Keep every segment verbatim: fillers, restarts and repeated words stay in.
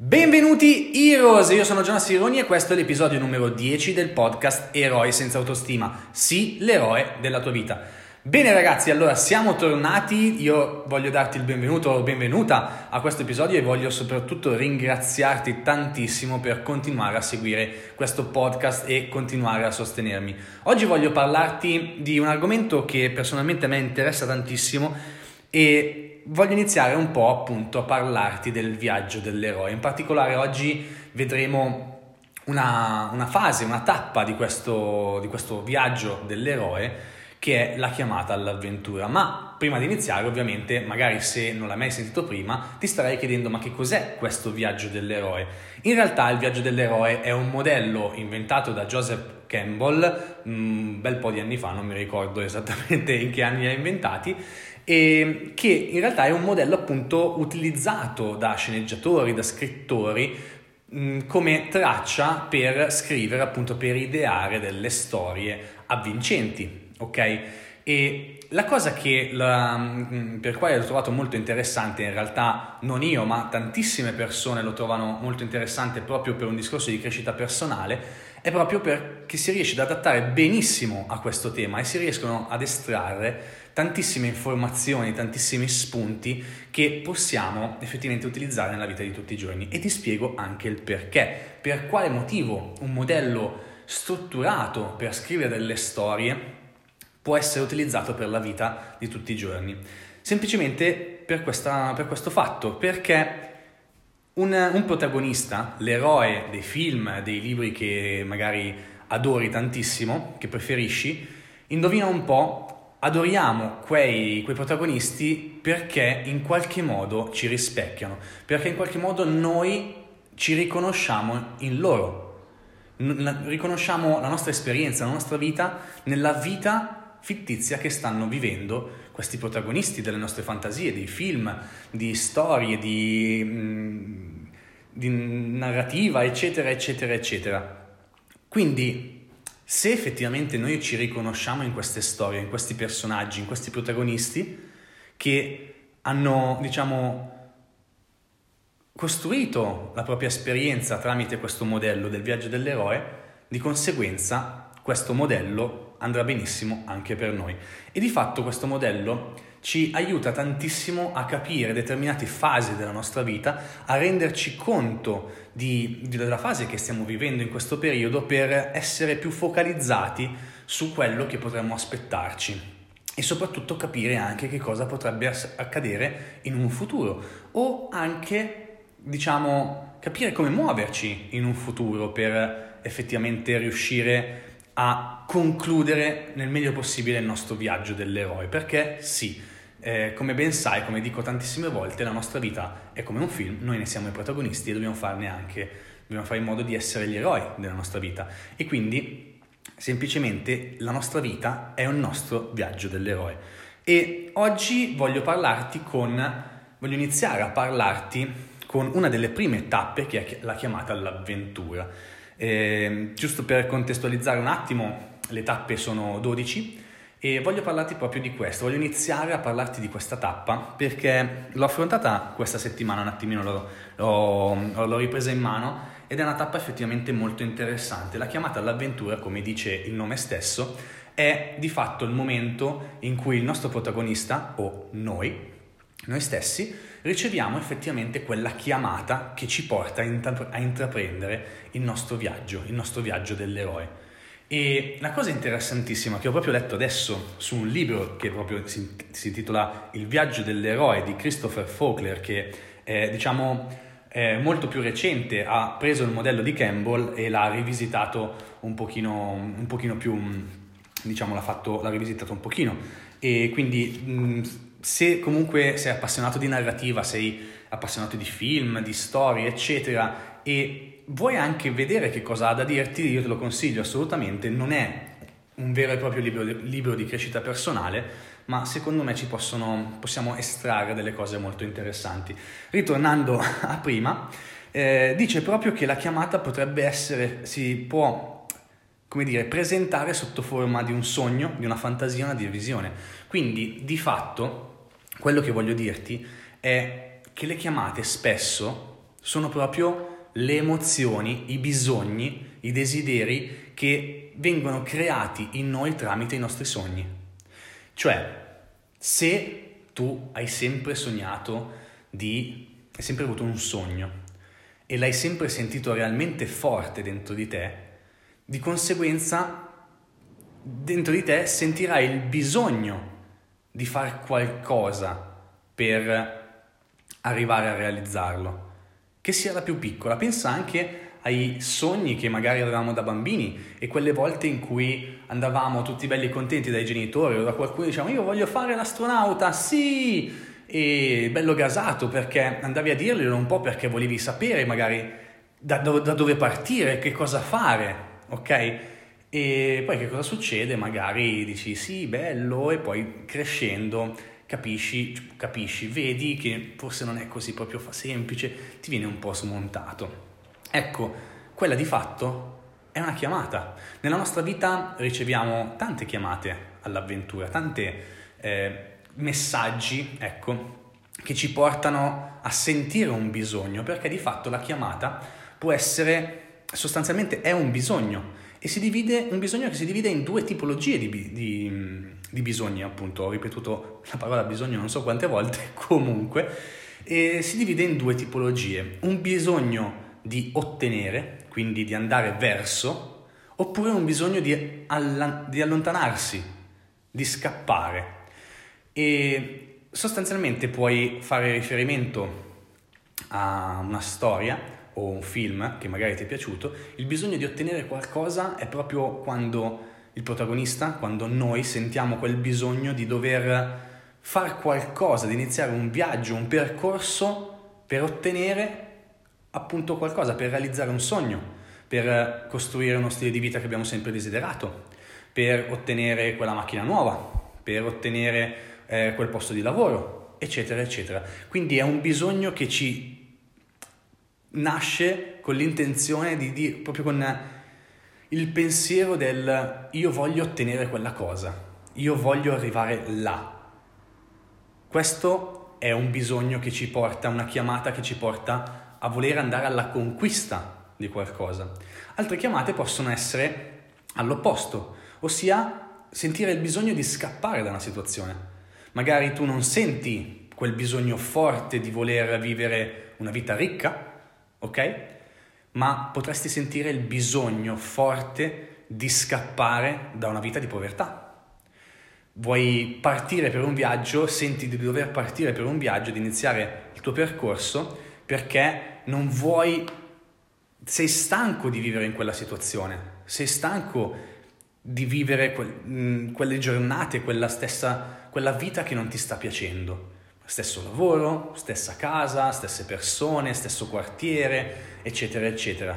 Benvenuti Heroes, io sono Gianna Sironi e questo è l'episodio numero dieci del podcast Eroi senza autostima. Sì, l'eroe della tua vita. Bene ragazzi, allora siamo tornati, io voglio darti il benvenuto o benvenuta a questo episodio e voglio soprattutto ringraziarti tantissimo per continuare a seguire questo podcast e continuare a sostenermi. Oggi voglio parlarti di un argomento che personalmente a me interessa tantissimo e voglio iniziare un po' appunto a parlarti del viaggio dell'eroe. In particolare oggi vedremo una, una fase, una tappa di questo, di questo viaggio dell'eroe che è la chiamata all'avventura. Ma prima di iniziare, ovviamente, magari se non l'hai mai sentito prima, ti starei chiedendo ma che cos'è questo viaggio dell'eroe? In realtà il viaggio dell'eroe è un modello inventato da Joseph Campbell un bel po' di anni fa, non mi ricordo esattamente in che anni li ha inventati, e che in realtà è un modello appunto utilizzato da sceneggiatori, da scrittori mh, come traccia per scrivere, appunto per ideare delle storie avvincenti, ok? E la cosa che la, mh, per quale l'ho trovato molto interessante, in realtà non io ma tantissime persone lo trovano molto interessante proprio per un discorso di crescita personale, è proprio perché si riesce ad adattare benissimo a questo tema e si riescono ad estrarre tantissime informazioni, tantissimi spunti che possiamo effettivamente utilizzare nella vita di tutti i giorni. E ti spiego anche il perché, per quale motivo un modello strutturato per scrivere delle storie può essere utilizzato per la vita di tutti i giorni. Semplicemente per, questa, per questo fatto, perché un, un protagonista, l'eroe dei film, dei libri che magari adori tantissimo, che preferisci, indovina un po', adoriamo quei, quei protagonisti perché in qualche modo ci rispecchiano, perché in qualche modo noi ci riconosciamo in loro, N- riconosciamo la nostra esperienza, la nostra vita nella vita fittizia che stanno vivendo questi protagonisti delle nostre fantasie, dei film, di storie, di, mh, di narrativa, eccetera, eccetera, eccetera. Quindi se effettivamente noi ci riconosciamo in queste storie, in questi personaggi, in questi protagonisti che hanno, diciamo, costruito la propria esperienza tramite questo modello del viaggio dell'eroe, di conseguenza questo modello andrà benissimo anche per noi. E di fatto questo modello ci aiuta tantissimo a capire determinate fasi della nostra vita, a renderci conto di, di, della fase che stiamo vivendo in questo periodo per essere più focalizzati su quello che potremmo aspettarci e soprattutto capire anche che cosa potrebbe accadere in un futuro o anche, diciamo, capire come muoverci in un futuro per effettivamente riuscire a concludere nel meglio possibile il nostro viaggio dell'eroe, perché sì, eh, come ben sai, come dico tantissime volte, la nostra vita è come un film, noi ne siamo i protagonisti e dobbiamo farne anche, dobbiamo fare in modo di essere gli eroi della nostra vita e quindi semplicemente la nostra vita è un nostro viaggio dell'eroe. E oggi voglio parlarti con, voglio iniziare a parlarti con una delle prime tappe che è la chiamata all'avventura. Eh, giusto per contestualizzare un attimo, le tappe sono dodici e voglio parlarti proprio di questo, voglio iniziare a parlarti di questa tappa perché l'ho affrontata questa settimana, un attimino l'ho, l'ho, l'ho ripresa in mano ed è una tappa effettivamente molto interessante. La chiamata all'avventura, come dice il nome stesso, è di fatto il momento in cui il nostro protagonista, o noi, noi stessi, riceviamo effettivamente quella chiamata che ci porta a, intra- a intraprendere il nostro viaggio, il nostro viaggio dell'eroe. E la cosa interessantissima che ho proprio letto adesso su un libro che proprio si, si intitola Il viaggio dell'eroe di Christopher Faulkner, che è, diciamo, è molto più recente, ha preso il modello di Campbell e l'ha rivisitato un pochino, un pochino più, diciamo, l'ha fatto, l'ha rivisitato un pochino. E quindi mh, se comunque sei appassionato di narrativa, sei appassionato di film, di storie, eccetera, e vuoi anche vedere che cosa ha da dirti, io te lo consiglio assolutamente. Non è un vero e proprio libro di, libro di crescita personale, ma secondo me ci possono, possiamo estrarre delle cose molto interessanti. Ritornando a prima, eh, dice proprio che la chiamata potrebbe essere, si può, come dire, presentare sotto forma di un sogno, di una fantasia, una visione. Quindi, di fatto, quello che voglio dirti è che le chiamate spesso sono proprio le emozioni, i bisogni, i desideri che vengono creati in noi tramite i nostri sogni. Cioè, se tu hai sempre sognato di, hai sempre avuto un sogno e l'hai sempre sentito realmente forte dentro di te, di conseguenza dentro di te sentirai il bisogno di fare qualcosa per arrivare a realizzarlo, che sia la più piccola. Pensa anche ai sogni che magari avevamo da bambini e quelle volte in cui andavamo tutti belli contenti dai genitori o da qualcuno, diciamo io voglio fare l'astronauta, sì, e bello gasato perché andavi a dirglielo un po' perché volevi sapere magari da, da dove partire, che cosa fare, ok? E poi che cosa succede? Magari dici sì, bello, e poi crescendo capisci, capisci, vedi che forse non è così proprio semplice, ti viene un po' smontato. Ecco, quella di fatto è una chiamata. Nella nostra vita riceviamo tante chiamate all'avventura, tante eh, messaggi, ecco, che ci portano a sentire un bisogno, perché di fatto la chiamata può essere, sostanzialmente è un bisogno, e si divide, un bisogno che si divide in due tipologie di, di, di bisogni, appunto, ho ripetuto la parola bisogno non so quante volte, comunque, e si divide in due tipologie, un bisogno di ottenere, quindi di andare verso, oppure un bisogno di, alla, di allontanarsi, di scappare. E sostanzialmente puoi fare riferimento a una storia o un film che magari ti è piaciuto. Il bisogno di ottenere qualcosa è proprio quando il protagonista, quando noi sentiamo quel bisogno di dover fare qualcosa, di iniziare un viaggio, un percorso per ottenere appunto qualcosa, per realizzare un sogno, per costruire uno stile di vita che abbiamo sempre desiderato, per ottenere quella macchina nuova, per ottenere eh, quel posto di lavoro, eccetera, eccetera. Quindi è un bisogno che ci nasce con l'intenzione di, di proprio con il pensiero del io voglio ottenere quella cosa, io voglio arrivare là. Questo è un bisogno che ci porta, una chiamata che ci porta a voler andare alla conquista di qualcosa. Altre chiamate possono essere all'opposto, ossia sentire il bisogno di scappare da una situazione. Magari tu non senti quel bisogno forte di voler vivere una vita ricca, ok? Ma potresti sentire il bisogno forte di scappare da una vita di povertà. Vuoi partire per un viaggio, senti di dover partire per un viaggio, di iniziare il tuo percorso perché non vuoi, sei stanco di vivere in quella situazione, sei stanco di vivere quel, mh, quelle giornate, quella stessa, quella vita che non ti sta piacendo. Stesso lavoro, stessa casa, stesse persone, stesso quartiere, eccetera, eccetera.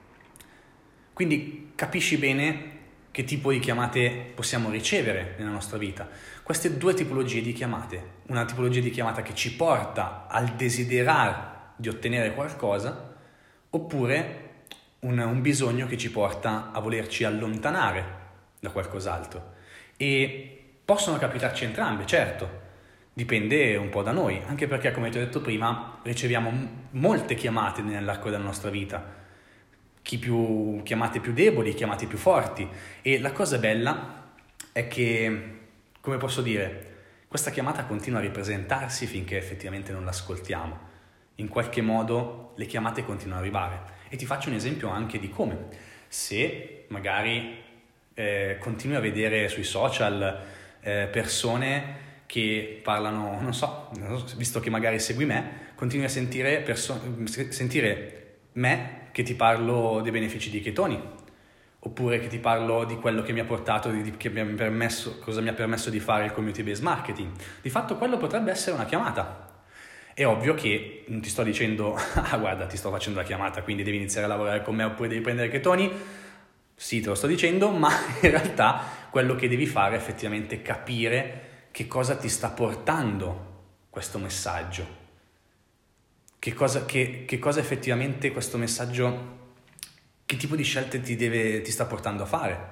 Quindi capisci bene che tipo di chiamate possiamo ricevere nella nostra vita. Queste due tipologie di chiamate, una tipologia di chiamata che ci porta al desiderare di ottenere qualcosa, oppure un, un bisogno che ci porta a volerci allontanare da qualcos'altro. E possono capitarci entrambe, certo. Dipende un po' da noi, anche perché, come ti ho detto prima, riceviamo m- molte chiamate nell'arco della nostra vita, chi più chiamate più deboli, chiamate più forti, e la cosa bella è che, come posso dire, questa chiamata continua a ripresentarsi finché effettivamente non l'ascoltiamo. In qualche modo le chiamate continuano ad arrivare, e ti faccio un esempio anche di come. Se magari eh, continui a vedere sui social eh, persone che parlano, non so, visto che magari segui me, continui a sentire, perso- sentire me che ti parlo dei benefici di Ketoni, oppure che ti parlo di quello che mi ha portato, di, che mi ha permesso, cosa mi ha permesso di fare il community based marketing. Di fatto quello potrebbe essere una chiamata. È ovvio che non ti sto dicendo, ah guarda, ti sto facendo la chiamata, quindi devi iniziare a lavorare con me oppure devi prendere Ketoni. Sì, te lo sto dicendo, ma in realtà quello che devi fare è effettivamente capire che cosa ti sta portando questo messaggio, che cosa, che, che cosa effettivamente questo messaggio, che tipo di scelte ti, deve, ti sta portando a fare.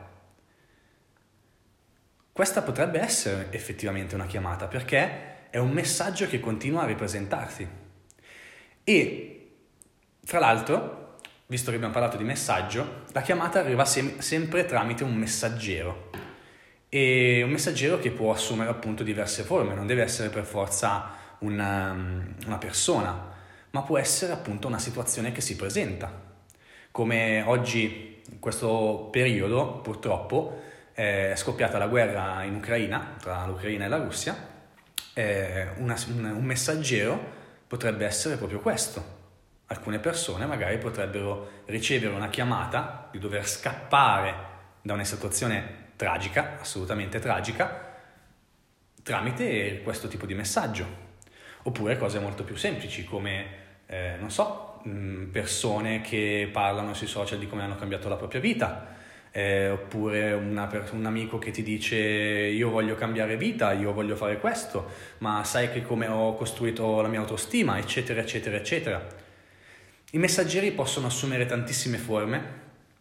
Questa potrebbe essere effettivamente una chiamata, perché è un messaggio che continua a ripresentarsi. E Fra l'altro, visto che abbiamo parlato di messaggio, la chiamata arriva sem- sempre tramite un messaggero. E un messaggero che può assumere appunto diverse forme, non deve essere per forza una, una persona, ma può essere appunto una situazione che si presenta. Come oggi, in questo periodo, purtroppo, è scoppiata la guerra in Ucraina, tra l'Ucraina e la Russia, eh, una, un, un messaggero potrebbe essere proprio questo. Alcune persone magari potrebbero ricevere una chiamata di dover scappare da una situazione tragica, assolutamente tragica, tramite questo tipo di messaggio. Oppure cose molto più semplici come, eh, non so, mh, persone che parlano sui social di come hanno cambiato la propria vita, eh, oppure una, un amico che ti dice io voglio cambiare vita, io voglio fare questo, ma sai che come ho costruito la mia autostima, eccetera, eccetera, eccetera. I messaggeri possono assumere tantissime forme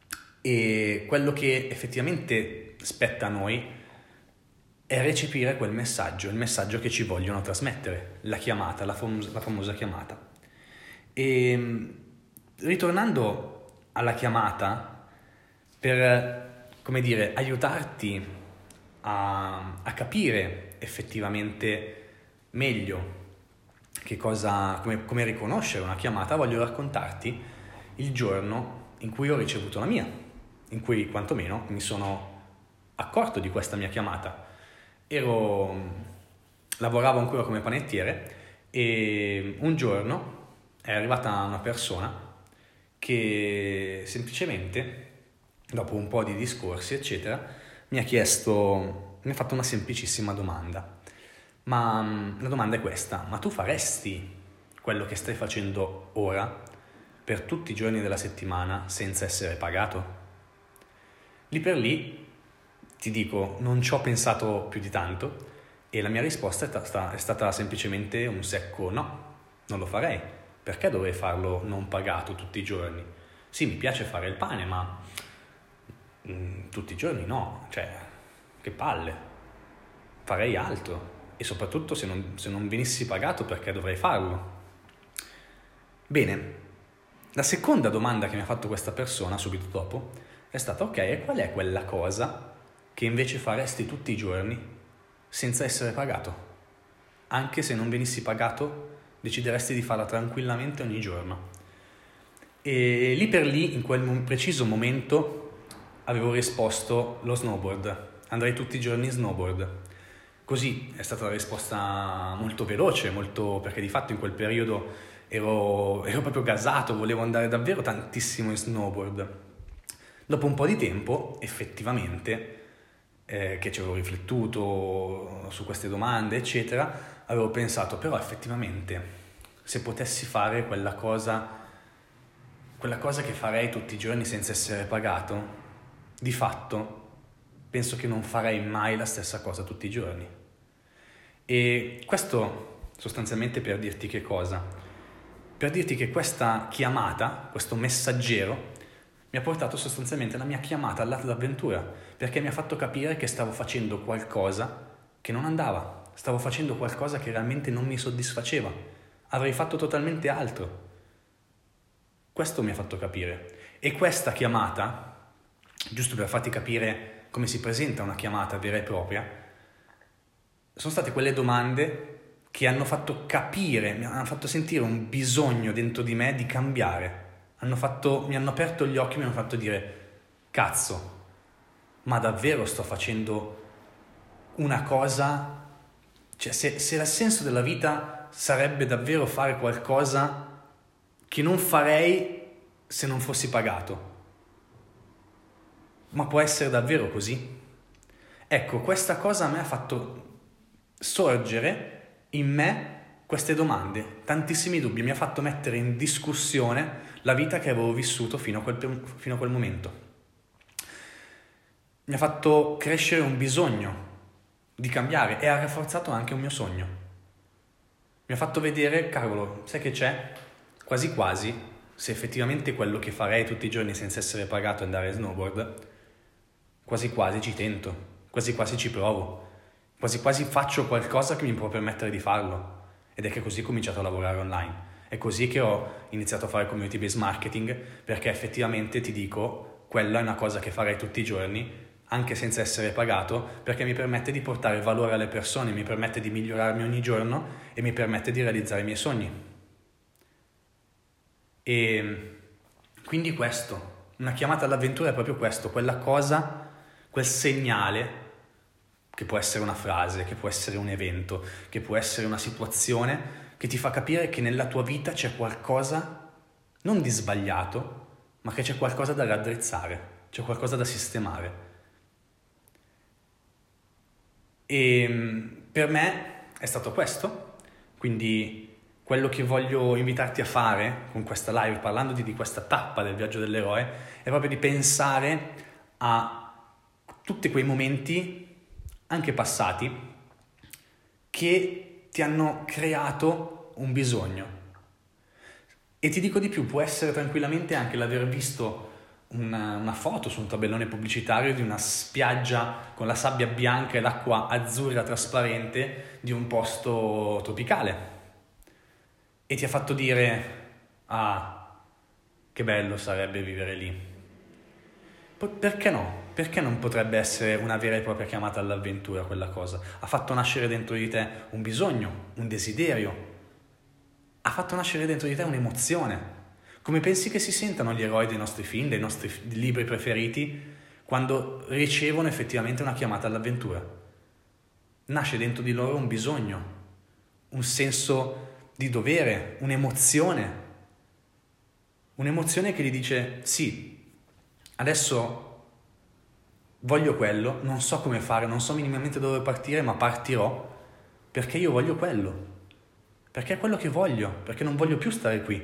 e quello che effettivamente spetta a noi è recepire quel messaggio, il messaggio che ci vogliono trasmettere, la chiamata, la, fam- la famosa chiamata. E ritornando alla chiamata, per, come dire, aiutarti a, a capire effettivamente meglio che cosa, come, come riconoscere una chiamata, voglio raccontarti il giorno in cui ho ricevuto la mia, in cui quantomeno mi sono accorto di questa mia chiamata. Ero, lavoravo ancora come panettiere e un giorno è arrivata una persona che semplicemente, dopo un po' di discorsi, eccetera, mi ha chiesto, mi ha fatto una semplicissima domanda. Ma la domanda è questa: ma tu faresti quello che stai facendo ora per tutti i giorni della settimana senza essere pagato? Lì per lì ti dico, non ci ho pensato più di tanto e la mia risposta è, ta- è stata semplicemente un secco no, non lo farei. Perché dovrei farlo non pagato tutti i giorni? Sì, mi piace fare il pane, ma mh, tutti i giorni no, cioè, che palle, farei altro. E soprattutto se non, se non venissi pagato, perché dovrei farlo? Bene, la seconda domanda che mi ha fatto questa persona subito dopo è stata: ok, e qual è quella cosa che invece faresti tutti i giorni senza essere pagato? Anche se non venissi pagato, decideresti di farla tranquillamente ogni giorno. E lì per lì, in quel preciso momento, avevo risposto lo snowboard. Andrei tutti i giorni in snowboard. Così è stata la risposta molto veloce, molto, perché di fatto in quel periodo ero, ero proprio gasato, volevo andare davvero tantissimo in snowboard. Dopo un po' di tempo, effettivamente, eh, che ci avevo riflettuto su queste domande, eccetera, avevo pensato, però effettivamente, se potessi fare quella cosa, quella cosa che farei tutti i giorni senza essere pagato, di fatto, penso che non farei mai la stessa cosa tutti i giorni. E questo sostanzialmente per dirti che cosa? Per dirti che questa chiamata, questo messaggero, mi ha portato sostanzialmente la mia chiamata all'avventura, perché mi ha fatto capire che stavo facendo qualcosa che non andava, stavo facendo qualcosa che realmente non mi soddisfaceva, avrei fatto totalmente altro. Questo mi ha fatto capire. E questa chiamata, giusto per farti capire come si presenta una chiamata vera e propria, sono state quelle domande che hanno fatto capire, mi hanno fatto sentire un bisogno dentro di me di cambiare. Hanno fatto, mi hanno aperto gli occhi, mi hanno fatto dire: cazzo, ma davvero sto facendo una cosa? Cioè, se, se il senso della vita sarebbe davvero fare qualcosa che non farei se non fossi pagato. Ma può essere davvero così? Ecco, questa cosa a me ha fatto sorgere in me queste domande, tantissimi dubbi, mi ha fatto mettere in discussione la vita che avevo vissuto fino a quel, fino a quel momento. Mi ha fatto crescere un bisogno di cambiare e ha rafforzato anche un mio sogno. Mi ha fatto vedere, cavolo, sai che c'è? Quasi quasi, se effettivamente quello che farei tutti i giorni senza essere pagato è andare a snowboard, quasi quasi ci tento, quasi quasi ci provo. Quasi quasi faccio qualcosa che mi può permettere di farlo, ed è che così ho cominciato a lavorare online. È così che ho iniziato a fare community based marketing, perché effettivamente ti dico, quella è una cosa che farei tutti i giorni, anche senza essere pagato, perché mi permette di portare valore alle persone, mi permette di migliorarmi ogni giorno e mi permette di realizzare i miei sogni. E quindi questo, una chiamata all'avventura è proprio questo, quella cosa, quel segnale, che può essere una frase, che può essere un evento, che può essere una situazione, che ti fa capire che nella tua vita c'è qualcosa, non di sbagliato, ma che c'è qualcosa da raddrizzare, c'è qualcosa da sistemare. E per me è stato questo, quindi quello che voglio invitarti a fare con questa live, parlandoti di questa tappa del viaggio dell'eroe, è proprio di pensare a tutti quei momenti, anche passati, che ti hanno creato un bisogno. E ti dico di più, può essere tranquillamente anche l'aver visto una, una foto su un tabellone pubblicitario di una spiaggia con la sabbia bianca e l'acqua azzurra trasparente di un posto tropicale. E ti ha fatto dire, ah, che bello sarebbe vivere lì. Perché no? Perché non potrebbe essere una vera e propria chiamata all'avventura quella cosa? Ha fatto nascere dentro di te un bisogno, un desiderio. Ha fatto nascere dentro di te un'emozione. Come pensi che si sentano gli eroi dei nostri film, dei nostri libri preferiti, quando ricevono effettivamente una chiamata all'avventura? Nasce dentro di loro un bisogno, un senso di dovere, un'emozione. Un'emozione che gli dice, sì, adesso voglio quello, non so come fare, non so minimamente dove partire, ma partirò perché io voglio quello. Perché è quello che voglio, perché non voglio più stare qui.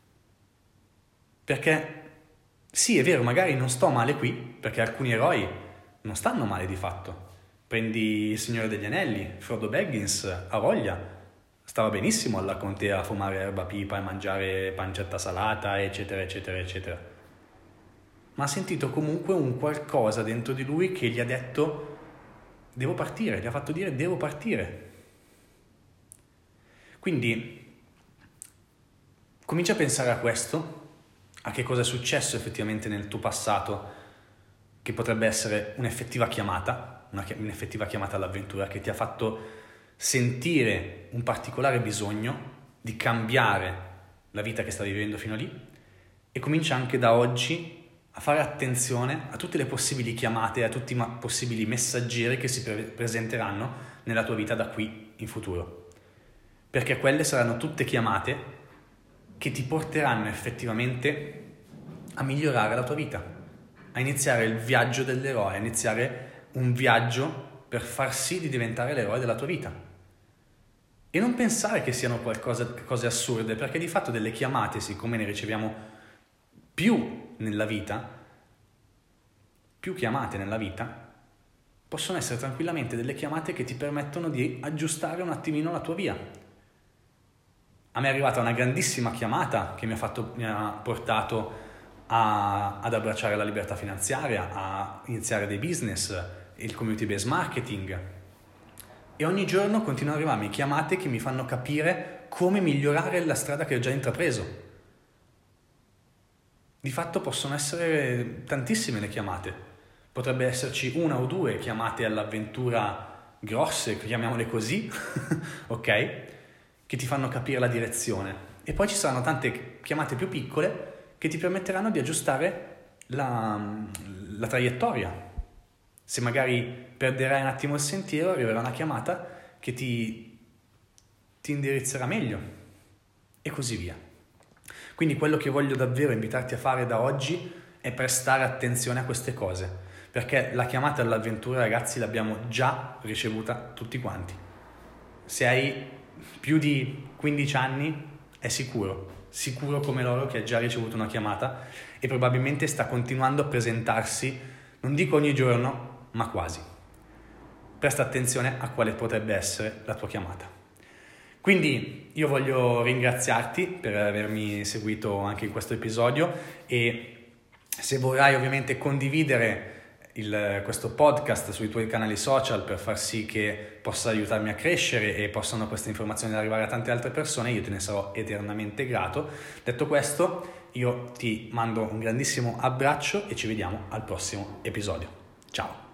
Perché, sì, è vero, magari non sto male qui, perché alcuni eroi non stanno male di fatto. Prendi il Signore degli Anelli, Frodo Baggins, ha voglia, stava benissimo alla contea a fumare erba pipa e mangiare pancetta salata, eccetera, eccetera, eccetera. Ma ha sentito comunque un qualcosa dentro di lui che gli ha detto devo partire, gli ha fatto dire devo partire. Quindi comincia a pensare a questo, a che cosa è successo effettivamente nel tuo passato, che potrebbe essere un'effettiva chiamata, una, un'effettiva chiamata all'avventura che ti ha fatto sentire un particolare bisogno di cambiare la vita che stavi vivendo fino a lì, e comincia anche da oggi a fare attenzione a tutte le possibili chiamate, a tutti i possibili messaggeri che si pre- presenteranno nella tua vita da qui in futuro. Perché quelle saranno tutte chiamate che ti porteranno effettivamente a migliorare la tua vita, a iniziare il viaggio dell'eroe, a iniziare un viaggio per far sì di diventare l'eroe della tua vita. E non pensare che siano qualcosa, cose assurde, perché di fatto delle chiamate, siccome ne riceviamo più nella vita, più chiamate nella vita, possono essere tranquillamente delle chiamate che ti permettono di aggiustare un attimino la tua via. A me è arrivata una grandissima chiamata che mi ha, fatto, mi ha portato a, ad abbracciare la libertà finanziaria, a iniziare dei business, il community based marketing. E ogni giorno continuano ad arrivarmi chiamate che mi fanno capire come migliorare la strada che ho già intrapreso. Di fatto possono essere tantissime le chiamate, potrebbe esserci una o due chiamate all'avventura grosse, chiamiamole così, ok? Che ti fanno capire la direzione. E poi ci saranno tante chiamate più piccole che ti permetteranno di aggiustare la, la traiettoria. Se magari perderai un attimo il sentiero, arriverà una chiamata che ti, ti indirizzerà meglio e così via. Quindi quello che voglio davvero invitarti a fare da oggi è prestare attenzione a queste cose, perché la chiamata all'avventura, ragazzi, l'abbiamo già ricevuta tutti quanti. Se hai più di quindici anni è sicuro, sicuro come loro che ha già ricevuto una chiamata e probabilmente sta continuando a presentarsi, non dico ogni giorno, ma quasi. Presta attenzione a quale potrebbe essere la tua chiamata. Quindi io voglio ringraziarti per avermi seguito anche in questo episodio e se vorrai ovviamente condividere il, questo podcast sui tuoi canali social per far sì che possa aiutarmi a crescere e possano queste informazioni arrivare a tante altre persone, io te ne sarò eternamente grato. Detto questo, io ti mando un grandissimo abbraccio e ci vediamo al prossimo episodio. Ciao!